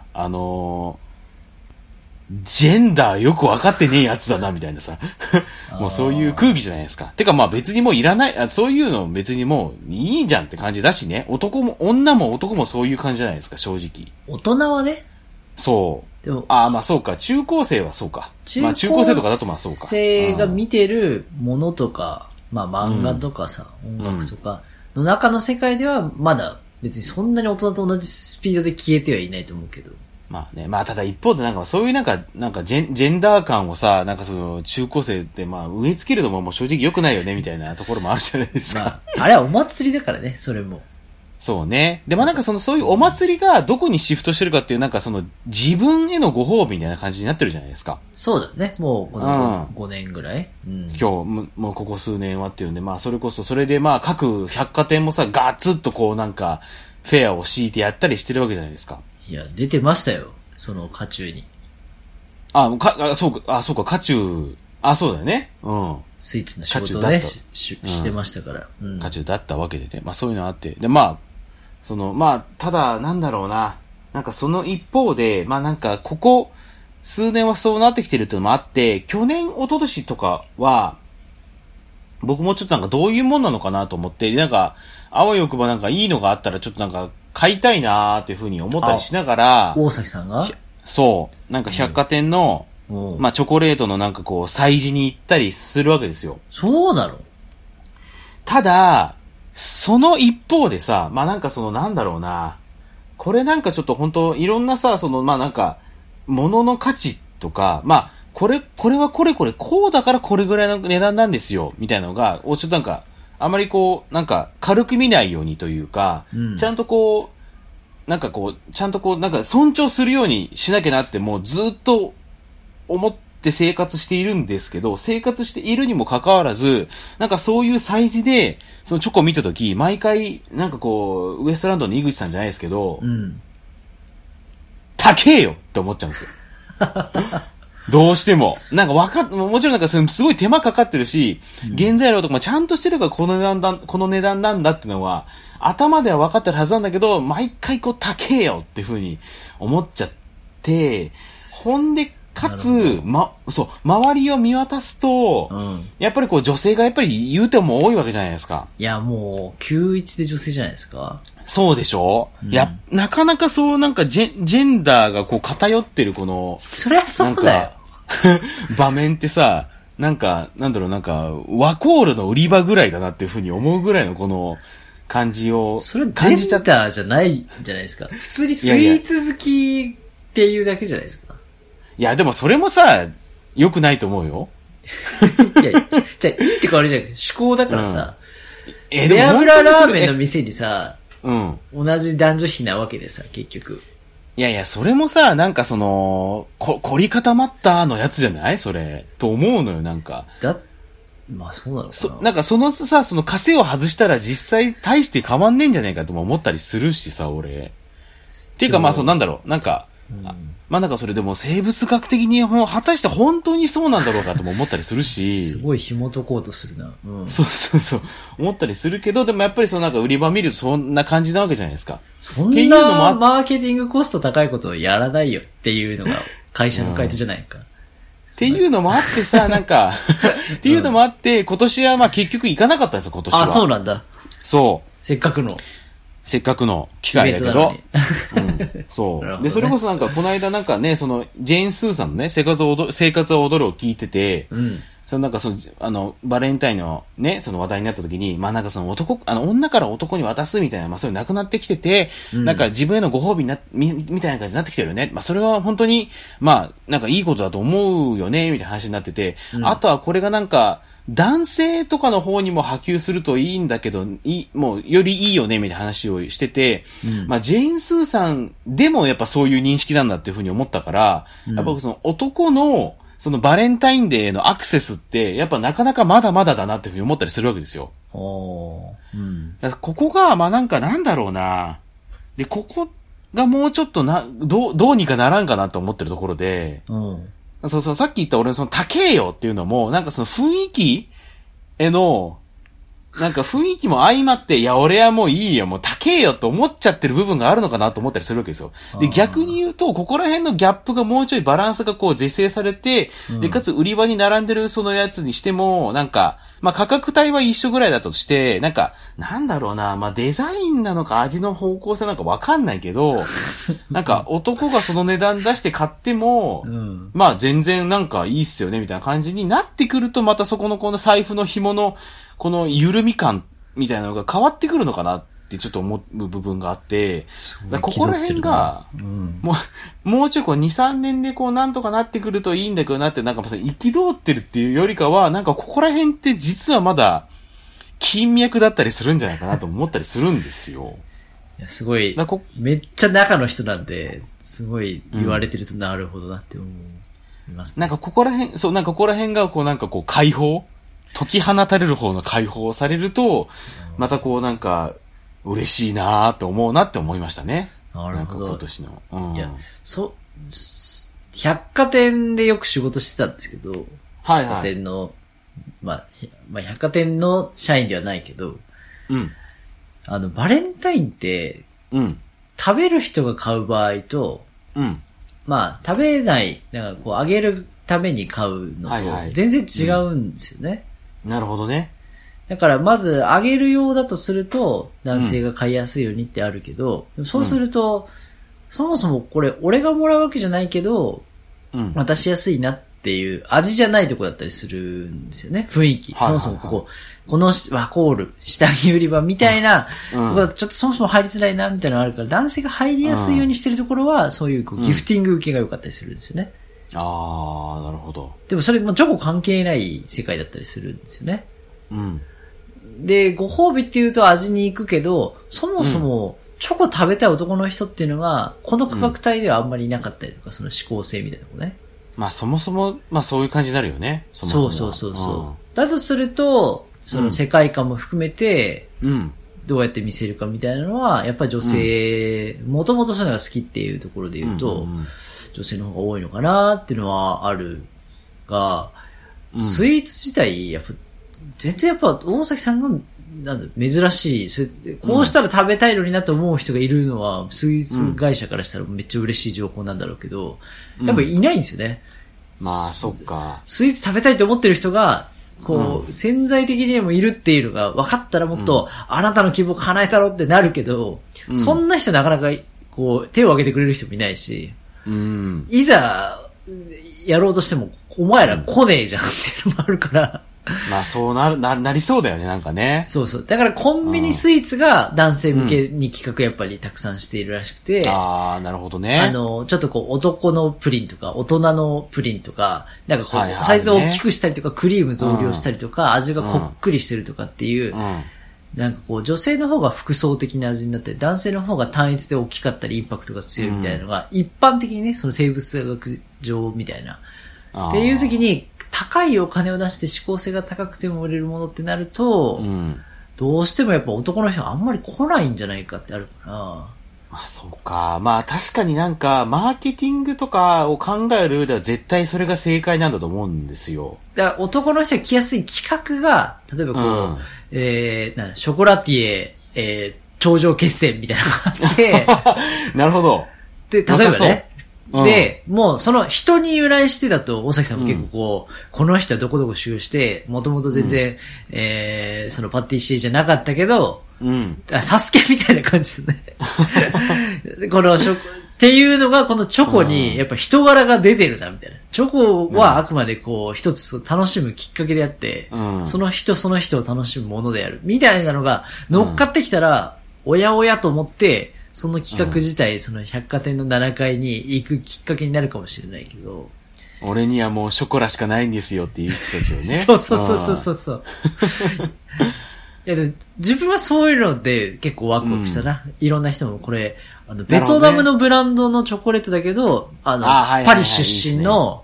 ジェンダーよくわかってねえやつだな、みたいなさ。もうそういう空気じゃないですか。てか別にもういらない、そういうの別にもういいじゃんって感じだしね。女も男もそういう感じじゃないですか、正直。 大人はね。 そう。でもそうか。中高生はそうか。中高生とかだとそうか。 中高生が見てるものとか、漫画とかさ、音楽とかの中の世界ではまだ別にそんなに大人と同じスピードで消えてはいないと思うけど。 ただ一方でなんかそういうなんかジェンダー感をさ、なんか中高生って植え付けるのも正直良くないよねみたいなところもあるじゃないですか。 あれはお祭りだからね、それも。 そうね。でなんかそういうお祭りがどこにシフトしてるかっていうなんか自分へのご褒美みたいな感じになってるじゃないですか。 そうだね。もうこの5年ぐらい、 今日もうここ数年はっていうんで、それこそそれで各百貨店もさ、ガツッとなんかフェアを敷いてやったりしてるわけじゃないですか。 いや、出てましたよ。その渦中に。 そうか、渦中、そうだよね。 スイーツの仕事をね、してましたから。 渦中だったわけでね。そういうのあって。で、ただ、なんだろうな。なんかその一方で、なんかここ数年はそうなってきてるっていうのもあって、去年、一昨年とかは、僕もちょっとなんかどういうもんなのかなと思って、なんか、あわよくばなんかいいのがあったらちょっとなんか買いたいなーっていう風に思ったりしながら、 大崎さんがそう。なんか百貨店の、チョコレートのなんか催事に行ったりするわけですよ。 そうなの？ ただ、その一方でさ、なんかなんだろうな。これなんかちょっと本当いろんなさ、なんか、物の価値とか、これはこうだからこれぐらいの値段なんですよ、みたいなのが、ちょっとなんか、あまりなんか軽く見ないようにというか、ちゃんとなんかちゃんとなんか尊重するようにしなきゃなってもうずっと思って生活しているんですけど、生活しているにもかかわらず、なんかそういう催事で、そのチョコを見たとき、毎回、なんかウエストランドの井口さんじゃないですけど、高えよって思っちゃうんですよ。どうしても。なんかもちろんなんかすごい手間かかってるし、原材料とかもちゃんとしてるからこの値段なんだってのは、頭では分かってるはずなんだけど、毎回高えよっていう風に思っちゃって、ほんで、かつ、周りを見渡すと、やっぱり女性がやっぱり言うても多いわけじゃないですか。 いや、もう、91で女性じゃないですか。 そうでしょ、なかなかなんかジェンダーが偏ってるそりゃそうだよ。 場面ってさ、なんか、なんだろう、なんか、ワコールの売り場ぐらいだなっていうふうに思うぐらいの感じをそれジェンダーじゃないじゃないですか。普通にスイーツ好きっていうだけじゃないですか。 いや、でもそれもさ、良くないと思うよ。 いや、じゃあいいって変わるじゃん。趣向だからさ。背脂ラーメンの店にさ、同じ男女比なわけでさ、結局。 いやいや、それもさ、なんか凝り固まったのやつじゃないそれ。と思うのよ、なんか。 そうなのかな。 なんかさ、枷を外したら実際大して変わんねえんじゃないかとも思ったりするしさ、俺。っていうかなんだろう、なんか、なんかそれでも生物学的に果たして本当にそうなんだろうかとも思ったりするし。 すごい紐解こうとするな。 そう。思ったりするけど、でもやっぱりなんか売り場見るとそんな感じなわけじゃないですか。 そんなマーケティングコスト高いことをやらないよっていうのが会社の回答じゃないか。 っていうのもあってさ、なんか、っていうのもあって、今年はまあ結局行かなかったんですよ、今年は。 あ、そうなんだ。 そう。 せっかくの機会だけど。そう、ね。で、それこそなんか、この間なんかね、その、ジェーン・スーさんのね、生活は踊るを聞いてて、そのなんかバレンタインのね、その話題になった時に、まあなんかその女から男に渡すみたいな、まあそういうなくなってきてて、なんか自分へのご褒美みたいな感じになってきてるよね。まあそれは本当に、まあなんかいいことだと思うよね、みたいな話になってて、あとはこれがなんか、男性とかの方にも波及するといいんだけど、もうよりいいよね、みたいな話をしてて、まあジェーン・スーさんでもやっぱそういう認識なんだっていうふうに思ったから、やっぱその男の、そのバレンタインデーのアクセスって、やっぱなかなかまだまだだなっていうふうに思ったりするわけですよ。だからここが、まあなんかなんだろうな。で、ここがもうちょっとどうにかならんかなと思ってるところで、そう、さっき言った俺のその高えよっていうのも、なんかその雰囲気への、なんか雰囲気も相まって、いや、俺はもういいよ、もう高えよと思っちゃってる部分があるのかなと思ったりするわけですよ。で、逆に言うと、ここら辺のギャップがもうちょいバランスがこう是正されて、で、かつ売り場に並んでるそのやつにしても、なんか、まあ、価格帯は一緒ぐらいだとして、なんか、なんだろうな、まあ、デザインなのか味の方向性なのかわかんないけど、なんか、男がその値段出して買っても、まあ、全然なんかいいっすよね、みたいな感じになってくると、またそこのこの財布の紐の、この緩み感みたいなのが変わってくるのかなってちょっと思う部分があって、ここら辺が、もうちょいこう2、3年でこうなんとかなってくるといいんだけどなって、なんか憤ってるっていうよりかは、なんかここら辺って実はまだ金脈だったりするんじゃないかなと思ったりするんですよ。 いや、すごい、めっちゃ中の人なんで、すごい言われてるとなるほどなって思いますね。 なんかここら辺、そう、なんかここら辺がこうなんかこう解放解き放たれる方の解放をされると、またこうなんか、嬉しいなぁと思うなって思いましたね。 なるほど。 今年の。 いや、百貨店でよく仕事してたんですけど、百貨店の、まあ、百貨店の社員ではないけど、バレンタインって、食べる人が買う場合と、まあ、食べない、なんかこう、あげるために買うのと、全然違うんですよね。 なるほどね。 だからまずあげる用だとすると男性が買いやすいようにってあるけど、そうすると、そもそもこれ俺がもらうわけじゃないけど、渡しやすいなっていう味じゃないとこだったりするんですよね、雰囲気。そもそもこのワコール、下着売り場みたいな、とこだとちょっとそもそも入りづらいなみたいなのがあるから、男性が入りやすいようにしてるところは、そういうギフティング受けが良かったりするんですよね。 ああ、なるほど。 でもそれもチョコ関係ない世界だったりするんですよね。で、ご褒美って言うと味に行くけど、そもそもチョコ食べたい男の人っていうのが、この価格帯ではあんまりいなかったりとか、その指向性みたいなのもね。 まあそもそも、まあそういう感じになるよね。 そう。だとすると、その世界観も含めて、どうやって見せるかみたいなのは、やっぱり女性、もともとそういうのが好きっていうところで言うと、女性の方が多いのかなっていうのはあるが、スイーツ自体、やっぱ、全然やっぱ大崎さんが、珍しい。それこうしたら食べたいのになと思う人がいるのは、スイーツ会社からしたらめっちゃ嬉しい情報なんだろうけど、やっぱいないんですよね。 まあ、そっか。 スイーツ食べたいと思ってる人が、こう、潜在的にもいるっていうのが分かったらもっと、あなたの希望叶えたろってなるけど、そんな人なかなか、こう、手を挙げてくれる人もいないし、いざ、やろうとしても、お前ら来ねえじゃんっていうのもあるから。 まあそうなりそうだよね、なんかね。 そう。だからコンビニスイーツが男性向けに企画やっぱりたくさんしているらしくて。 ああ、なるほどね。 ちょっとこう男のプリンとか大人のプリンとか、なんかこう、サイズを大きくしたりとかクリーム増量したりとか、味がこっくりしてるとかっていう、なんかこう女性の方が複層的な味になったり、男性の方が単一で大きかったりインパクトが強いみたいなのが、一般的にね、その生物学上みたいな。っていう時に、高いお金を出して指向性が高くても売れるものってなると、どうしてもやっぱ男の人があんまり来ないんじゃないかってあるから。まあそうか。まあ確かになんか、マーケティングとかを考える上では絶対それが正解なんだと思うんですよ。 だから男の人が来やすい企画が、例えばこう、ショコラティエ、頂上決戦みたいなのがあって、 なるほど。 で、例えばね、 で、もうその人に由来してだと、大崎さんも結構こう、この人はどこどこ修行して、もともと全然、そのパティシエじゃなかったけど、サスケみたいな感じですね。このっていうのがこのチョコにやっぱ人柄が出てるなみたいな。チョコはあくまでこう一つ楽しむきっかけであって、その人その人を楽しむものであるみたいなのが乗っかってきたら、おやおやと思って、その企画自体、その百貨店の7階に行くきっかけになるかもしれないけど。 俺にはもうショコラしかないんですよっていう人たちをね。 そう。いやでも自分はそういうので結構ワクワクしたな。いろんな人もこれ、ベトナムのブランドのチョコレートだけど、パリ出身の、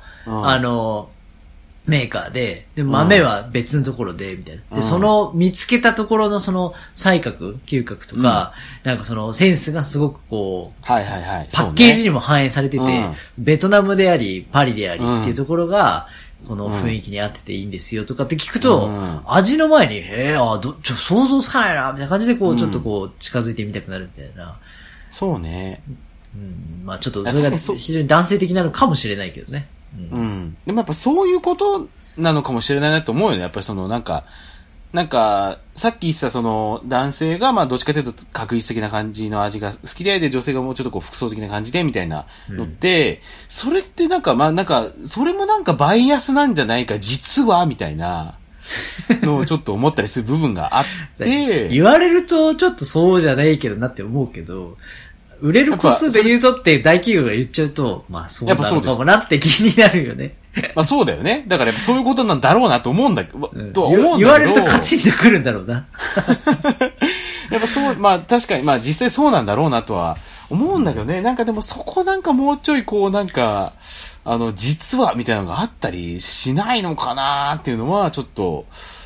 メーカーで、豆は別のところで、みたいな。で、その見つけたところのその彩角、嗅覚とか、なんかそのセンスがすごくこう、パッケージにも反映されてて、ベトナムであり、パリでありっていうところが、この雰囲気に合ってていいんですよとかって聞くと、味の前に、想像つかないな、みたいな感じでこう、ちょっとこう、近づいてみたくなるみたいな。 そうね。 まあちょっとそれが非常に男性的なのかもしれないけどね。 でもやっぱそういうことなのかもしれないなと思うよね。やっぱりそのなんか、さっき言ってたその男性がまあどっちかというと確実的な感じの味が好きで、女性がもうちょっとこう複層的な感じでみたいなのって、それってなんかそれもなんかバイアスなんじゃないか、実はみたいなのをちょっと思ったりする部分があって。 言われるとちょっとそうじゃないけどなって思うけど、売れる個数で言うとって大企業が言っちゃうと、まあそうなのかもなって気になるよね。 まあそうだよね。だからやっぱそういうことなんだろうなと思うんだけど、 言われるとカチンとくるんだろうな。 やっぱそう、まあ確かに、まあ実際そうなんだろうなとは思うんだけどね。なんかでもそこなんかもうちょいこうなんか、実はみたいなのがあったりしないのかなっていうのはちょっと、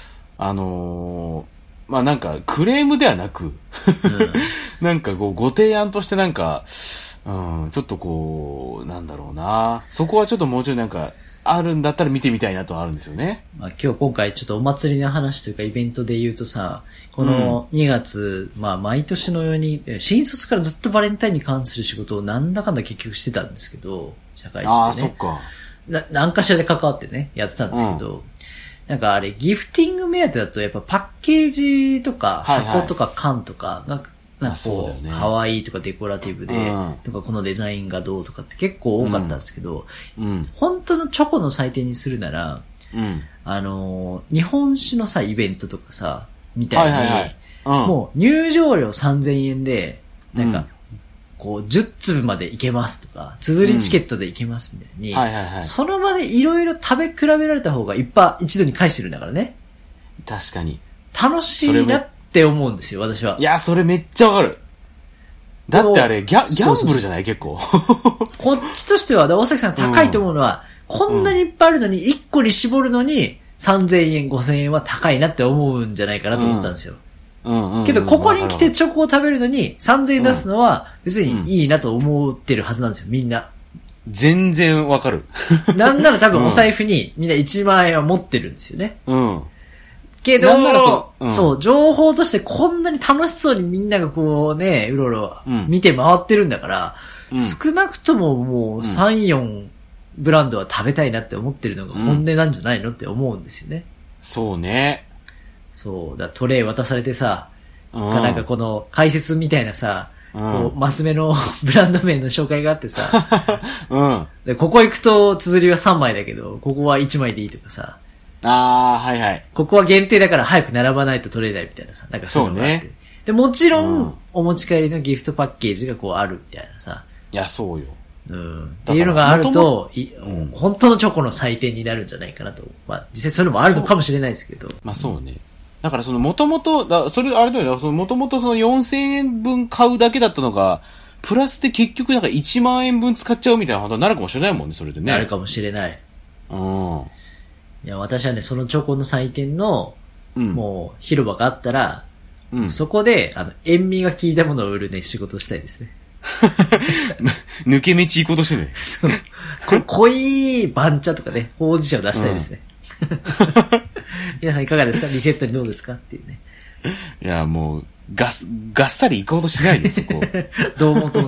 まあなんかクレームではなく、なんかこうご提案としてなんか、ちょっとこう、なんだろうな。そこはちょっともうちょいなんか、あるんだったら見てみたいなとはあるんですよね。 まあ今回ちょっとお祭りの話というかイベントで言うとさ、この2月、まあ毎年のように、新卒からずっとバレンタインに関する仕事をなんだかんだ結局してたんですけど、社会人でね。 ああ、そっか。 何かしらで関わってね、やってたんですけど、なんかあれ、ギフティング目当てだとやっぱパッケージとか箱とか缶とか、なんかこう、可愛いとかデコラティブで、とかこのデザインがどうとかって結構多かったんですけど、本当のチョコの祭典にするなら、日本酒のさ、イベントとかさ、みたいに、もう入場料3000円で、なんか、こう、10粒までいけますとか、綴りチケットでいけますみたいに、その場でいろいろ食べ比べられた方が一度に返してるんだからね。 確かに。 楽しいなって思うんですよ、私は。 いや、それめっちゃわかる。だってあれ、ギャンブルじゃない結構。 こっちとしては、大崎さん高いと思うのは、こんなにいっぱいあるのに、1個に絞るのに、3000円、5000円は高いなって思うんじゃないかなと思ったんですよ。けど、ここに来てチョコを食べるのに3000円出すのは別にいいなと思ってるはずなんですよ、みんな。 全然わかる。 なんなら多分お財布にみんな1万円は持ってるんですよね。けど、そう、情報としてこんなに楽しそうにみんながこうね、うろうろ見て回ってるんだから、少なくとももう3、4ブランドは食べたいなって思ってるのが本音なんじゃないのって思うんですよね。 そうね。 そう、トレイ渡されてさ、なんかこの解説みたいなさ、こうマス目のブランド名の紹介があってさ、でここ行くと綴りは3枚だけど、ここは1枚でいいとかさ、ここは限定だから早く並ばないと取れないみたいなさ、なんかそういうのがあって。で、もちろん、お持ち帰りのギフトパッケージがこうあるみたいなさ。 いや、そうよ。 っていうのがあると、本当のチョコの祭典になるんじゃないかなと。まあ、実際そういうのもあるのかもしれないですけど。 まあそうね。だからその元々、それあれだよね、その元々その4000円分買うだけだったのが、プラスで結局なんか1万円分使っちゃうみたいなことになるかもしれないもんね、それでね。 なるかもしれない。いや、私はね、そのチョコの祭典の、もう広場があったら、そこで、塩味が効いたものを売るね、仕事をしたいですね。 抜け道行こうとしてね。 そう。濃い番茶とかね、ほうじ茶を出したいですね。皆さんいかがですか？リセットにどうですかっていうね。 いや、もう、がっさり行こうとしないで、そこ。 どうもともね。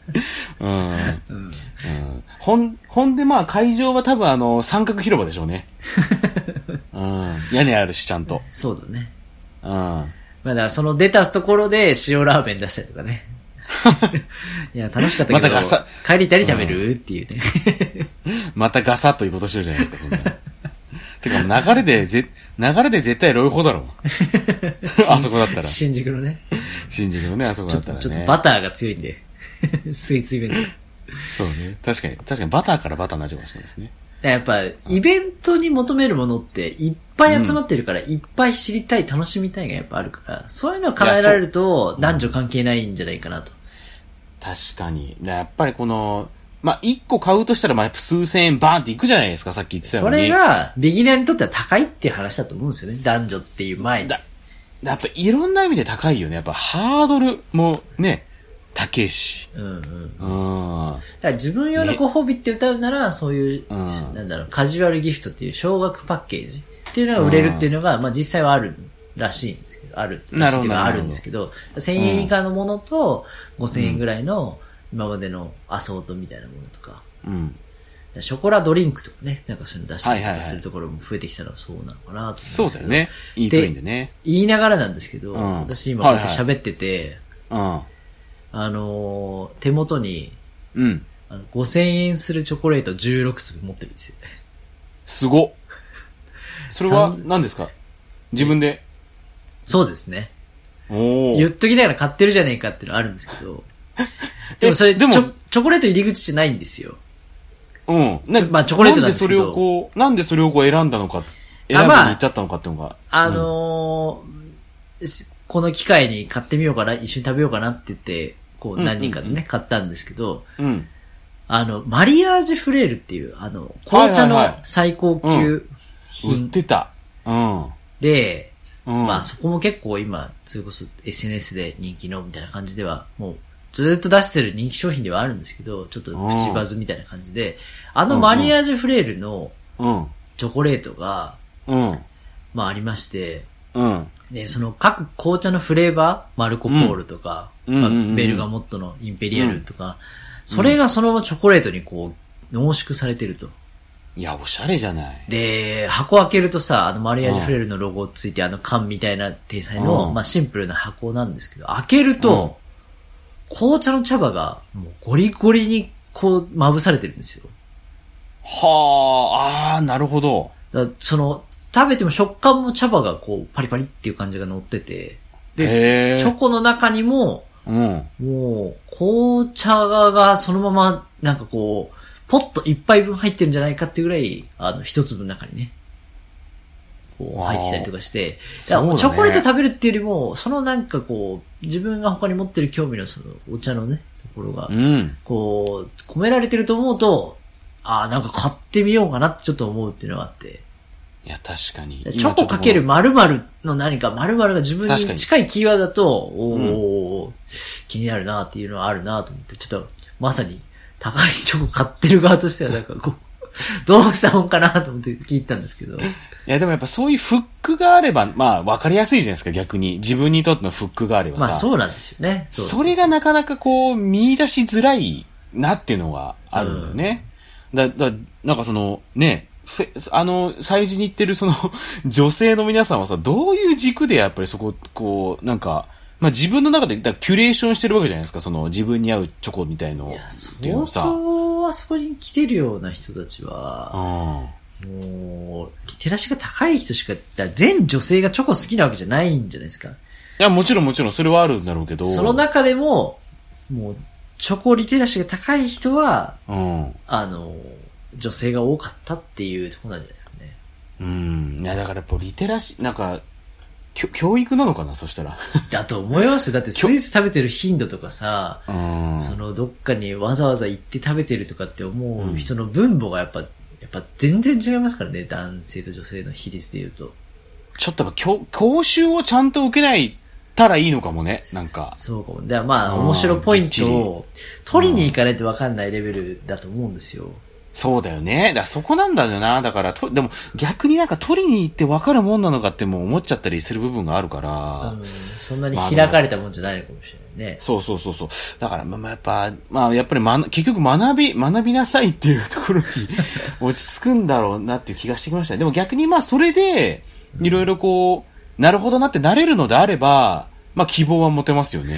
うん。うん。ほんでまあ会場は多分三角広場でしょうね。うん。屋根あるし、ちゃんと。 そうだね。 うん。まあだからその出たところで塩ラーメン出したりとかね。いや、楽しかったけど、またガサ帰りたり食べる、っていうね。またガサッということしてるじゃないですか、そんな。てか、流れで絶対ロイホだろ。あそこだったら。 新宿のね、 あそこだったらね。 ちょっとバターが強いんで。スイーツイベント。 そうね。確かにバターからバターになっちゃうかもしれないですね。 やっぱ、イベントに求めるものっていっぱい集まってるから、いっぱい知りたい、楽しみたいがやっぱあるから、そういうのを叶えられると、男女関係ないんじゃないかなと。 確かに。やっぱりまあ、1個買うとしたら、まあ、やっぱ数千円バーンっていくじゃないですか、さっき言ってたように。 それが、ビギナーにとっては高いっていう話だと思うんですよね、男女っていう前に。 やっぱいろんな意味で高いよね。やっぱハードルもね、高いし。 だから自分用のご褒美って歌うなら、そういう、なんだろう、カジュアルギフトっていう少額パッケージっていうのが売れるっていうのが、まあ実際はあるらしいんですけど、あるっていうかあるんですけど、1000円以下のものと5000円ぐらいの今までのアソートみたいなものとか、ショコラドリンクとかね、なんかそういうの出したりとかするところも増えてきたらそうなのかなと思うんですけど。 そうだよね。いいプレインでね。 言いながらなんですけど、私今こうやって喋ってて、手元に、5000円するチョコレート16粒持ってるんですよね。 すごっ。それは何ですか？自分で。 そうですね。言っときながら買ってるじゃねえかっていうのあるんですけど。でもそれ、チョコレート入り口じゃないんですよ。まあチョコレートなんですけど。 なんでそれを選んだのか、選んだに至ったのかっていうのが。 この機会に買ってみようかな、一緒に食べようかなって言って、こう何人かでね、買ったんですけど、マリアージュフレールっていう、紅茶の最高級品。 売ってた。 で、まあそこも結構今、それこそ SNS で人気のみたいな感じでは、もうずっと出してる人気商品ではあるんですけど、ちょっとプチバズみたいな感じで、マリアージュフレールのチョコレートが、まあありまして、で、その各紅茶のフレーバー、マルコポールとか、ベルガモットのインペリアルとか、それがそのままチョコレートにこう、濃縮されてると。 いや、おしゃれじゃない。 で、箱開けるとさ、マリアージュフレールのロゴついて、缶みたいな体裁の、まあシンプルな箱なんですけど、開けると、紅茶の茶葉が、もうゴリゴリにこう、まぶされてるんですよ。 はあ、なるほど。 食べても食感も茶葉がこう、パリパリっていう感じが乗ってて、で、チョコの中にも、もう、紅茶がそのまま、なんかこう、ポット一杯分入ってるんじゃないかっていうぐらい、一粒の中にね、こう、入ってきたりとかして、チョコレート食べるっていうよりも、そのなんかこう、自分が他に持ってる興味のその、お茶のね、ところが、こう、込められてると思うと、なんか買ってみようかなってちょっと思うっていうのがあって。 いや、確かに。 チョコかける〇〇の何か、〇〇が自分に近いキーワードだと、気になるなっていうのはあるなと思って、ちょっと、まさに、高いチョコ買ってる側としてはなんかこう、どうしたもんかなと思って聞いたんですけど。いや、でもやっぱそういうフックがあれば、まあ、わかりやすいじゃないですか、逆に。自分にとってのフックがあればさ。 まあ、そうなんですよね。 それがなかなかこう、見出しづらいなっていうのはあるんだよね。なんかその、ね、催事に行ってるその、女性の皆さんはさ、どういう軸でやっぱりそこ、こう、なんか、まあ、自分の中でキュレーションしてるわけじゃないですか、その自分に合うチョコみたいのっていうのさ。 相当あそこに来てるような人たちは、もう、リテラシーが高い人しか、全女性がチョコ好きなわけじゃないんじゃないですか。いや、もちろん、それはあるんだろうけど。 その中でも、もう、チョコリテラシーが高い人は、女性が多かったっていうところなんじゃないですかね。 いや、だからやっぱリテラシー、なんか、教育なのかな、そしたら。 だと思いますよ。だってスイーツ食べてる頻度とかさ、どっかにわざわざ行って食べてるとかって思う人の分母がやっぱ全然違いますからね、男性と女性の比率で言うと。 ちょっと講習をちゃんと受けないたらいいのかもね、なんか。 そうかも。だからまあ、面白ポイントを取りに行かないと分かんないレベルだと思うんですよ。 そうだよね。だからそこなんだよな。だからでも逆になんか取りに行って分かるもんなのかってもう思っちゃったりする部分があるから。 そんなに開かれたもんじゃないのかもしれないね。 そう。だからやっぱり結局学びなさいっていうところに落ち着くんだろうなっていう気がしてきました。でも逆にそれで、いろいろこう、なるほどなってなれるのであれば、希望は持てますよね。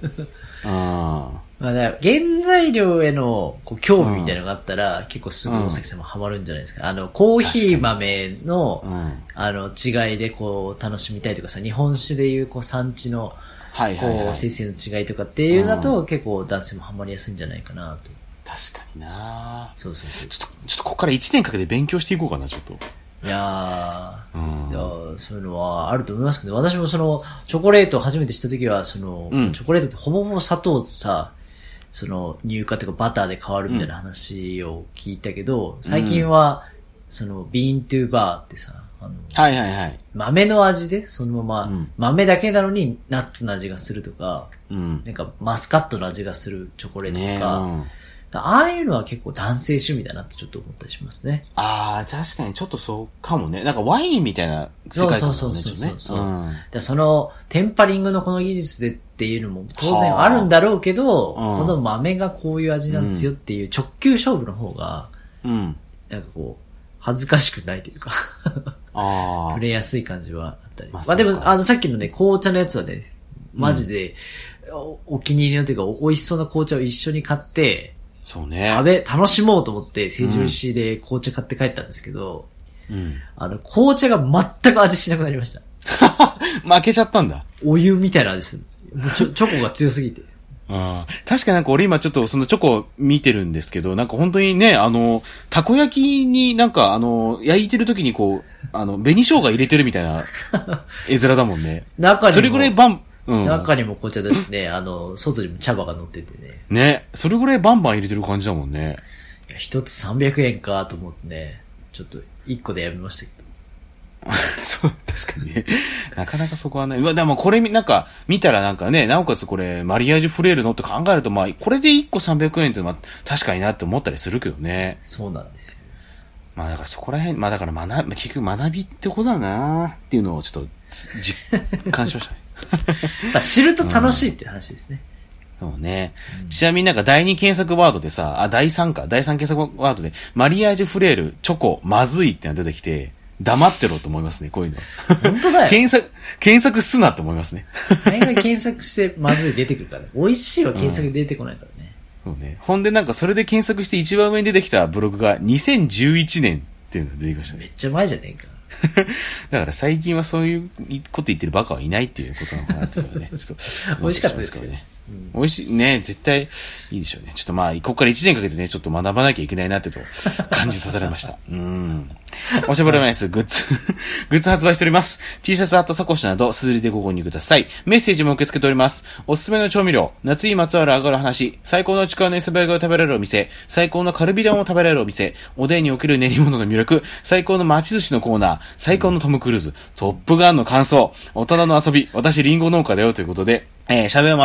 だから原材料への興味みたいなのがあったら、結構すぐ大崎さんもハマるんじゃないですか。コーヒー豆の、違いで楽しみたいとかさ、日本酒でいう産地の、生成の違いとかっていうのだと、結構男性もハマりやすいんじゃないかなと。 確かにな。 そう。 ちょっとここから1年かけて勉強していこうかな、ちょっと。 いやー、そういうのはあると思いますけど、私もチョコレートを初めて知った時は、チョコレートってほぼほぼ砂糖とさ、乳化とかバターで変わるみたいな話を聞いたけど、最近は、ビーントゥーバーってさ、豆の味で、そのまま、豆だけなのにナッツの味がするとか、なんかマスカットの味がするチョコレートとか、ああいうのは結構男性趣味だなってちょっと思ったりしますね。 確かにちょっとそうかもね。なんかワインみたいな世界観だね。 そう。テンパリングのこの技術でっていうのも当然あるんだろうけど、この豆がこういう味なんですよっていう直球勝負の方が、なんか恥ずかしくないというか触れやすい感じはあったり。でも、さっきのね、紅茶のやつはね、マジで、お気に入りのというか、美味しそうな紅茶を一緒に買って、 そうね。 楽しもうと思って、成城石井で紅茶買って帰ったんですけど、紅茶が全く味しなくなりました。 負けちゃったんだ。 お湯みたいな味する。チョコが強すぎて。 確かになんか俺今ちょっとそのチョコ見てるんですけど、なんか本当にね、たこ焼きになんか焼いてる時に紅生姜入れてるみたいな絵面だもんね。それぐらい中にも紅茶だしね、外にも茶葉が乗っててね。 ね、それぐらいバンバン入れてる感じだもんね。 いや、一つ300円かと思ってね、ちょっと1個でやめましたけど。 そう、確かにね。なかなかそこはね。でもこれなんか見たらなんかね、なおかつこれマリアージュフレールのって考えると、これで1個300円ってのは確かになって思ったりするけどね。 そうなんですよ。 だからそこら辺、だから結局学びってことだなっていうのをちょっと実感しましたね。 知ると楽しいっていう話ですね。 そうね。ちなみになんか第2検索ワードでさ、第3検索ワードで、マリアージュフレール、チョコ、まずいってのが出てきて、黙ってろと思いますね、こういうの。 本当だよ。 検索すなと思いますね。 大概検索してまずい出てくるからね。美味しいは検索で出てこないからね。 そうね。ほんでなんかそれで検索して一番上に出てきたブログが2011年っていうのが出てきましたね。 めっちゃ前じゃねえか。 だから最近はそういうこと言ってるバカはいないっていうことなのかなっていうのね。ちょっと美味しかったですよね。 美味しいね、絶対いいでしょうね。ちょっとここから1年かけてね、ちょっと学ばなきゃいけないなってと感じさせられました。おしゃべりマイスグッズ発売しております。T シャツ、サコッシュなど、すずりでご購入ください。メッセージも受け付けております。おすすめの調味料、夏にまつわる上がる話、最高のちくわの磯辺揚げを食べられるお店、最高のカルビ丼を食べられるお店、おでんにおける練り物の魅力、最高の町寿司のコーナー、最高のトムクルーズ、トップガンの感想、大人の遊び、私リンゴ農家だよということで、しゃべおむ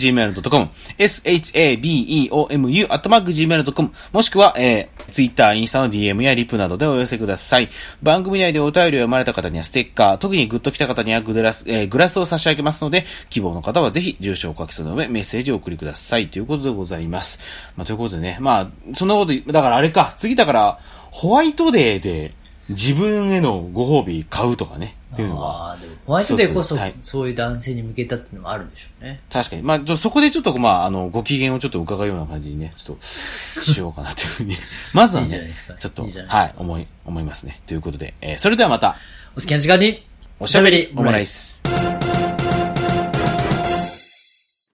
@gmail.com、shabeomu@gmail.com、もしくは、Twitter、インスタの DM やリプなどでお寄せください。番組内でお便りを読まれた方にはステッカー、特にグッと来た方にはグラスを差し上げますので、希望の方はぜひ住所をお書きするのでメッセージをお送りくださいということでございます。ということでね、そんなことだからあれか、次だからホワイトデーで自分へのご褒美買うとかね。っていうのは。 でもホワイトデーこそ、そういう男性に向けたっていうのもあるんでしょうね。 確かに。そこでちょっとご機嫌をちょっと伺うような感じにね、ちょっと、しようかなというふうに。まずはね、ちょっと、はい、思いますね。ということで、それではまた、 お好きな時間に、 おしゃべりオムライス。